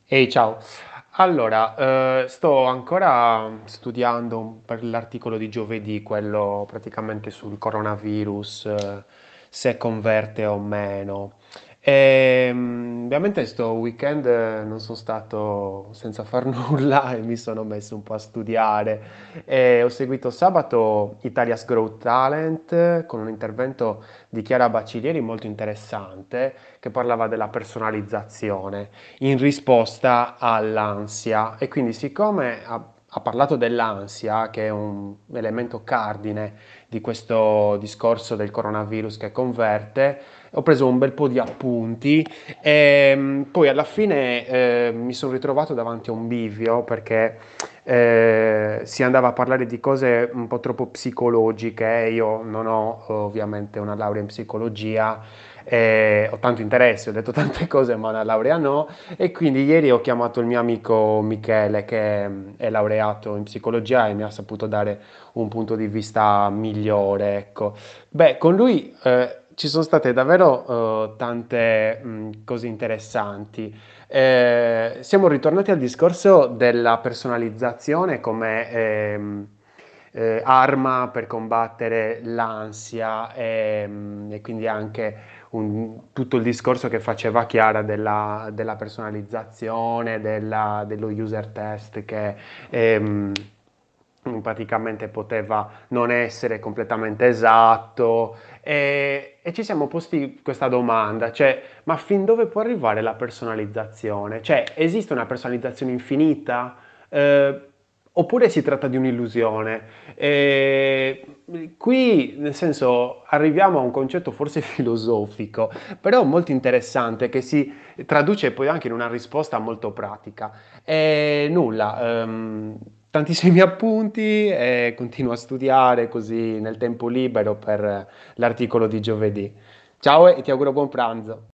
Ehi, ciao. Allora, sto ancora studiando per l'articolo di giovedì, quello praticamente sul coronavirus, se converte o meno. Ovviamente sto weekend non sono stato senza far nulla e mi sono messo un po' a studiare. E ho seguito sabato Italia's Growth Talent con un intervento di Chiara Bacilieri molto interessante che parlava della personalizzazione in risposta all'ansia. E quindi, siccome ha parlato dell'ansia, che è un elemento cardine di questo discorso del coronavirus che converte, ho preso un bel po' di appunti e poi alla fine mi sono ritrovato davanti a un bivio perché si andava a parlare di cose un po' troppo psicologiche. Io non ho ovviamente una laurea in psicologia, ho tanto interesse, ho detto tante cose, ma una laurea no. E quindi ieri ho chiamato il mio amico Michele, che è laureato in psicologia e mi ha saputo dare un punto di vista migliore, ecco. Beh, con lui ci sono state davvero tante cose interessanti. Siamo ritornati al discorso della personalizzazione come arma per combattere l'ansia e quindi anche tutto il discorso che faceva Chiara della personalizzazione, dello user test che ehm, praticamente poteva non essere completamente esatto e ci siamo posti questa domanda, cioè, ma fin dove può arrivare la personalizzazione? Cioè, esiste una personalizzazione infinita? Eh, Oppure si tratta di un'illusione? E qui, nel senso, arriviamo a un concetto forse filosofico, però molto interessante, che si traduce poi anche in una risposta molto pratica. E nulla, tantissimi appunti e continuo a studiare così nel tempo libero per l'articolo di giovedì. Ciao e ti auguro buon pranzo.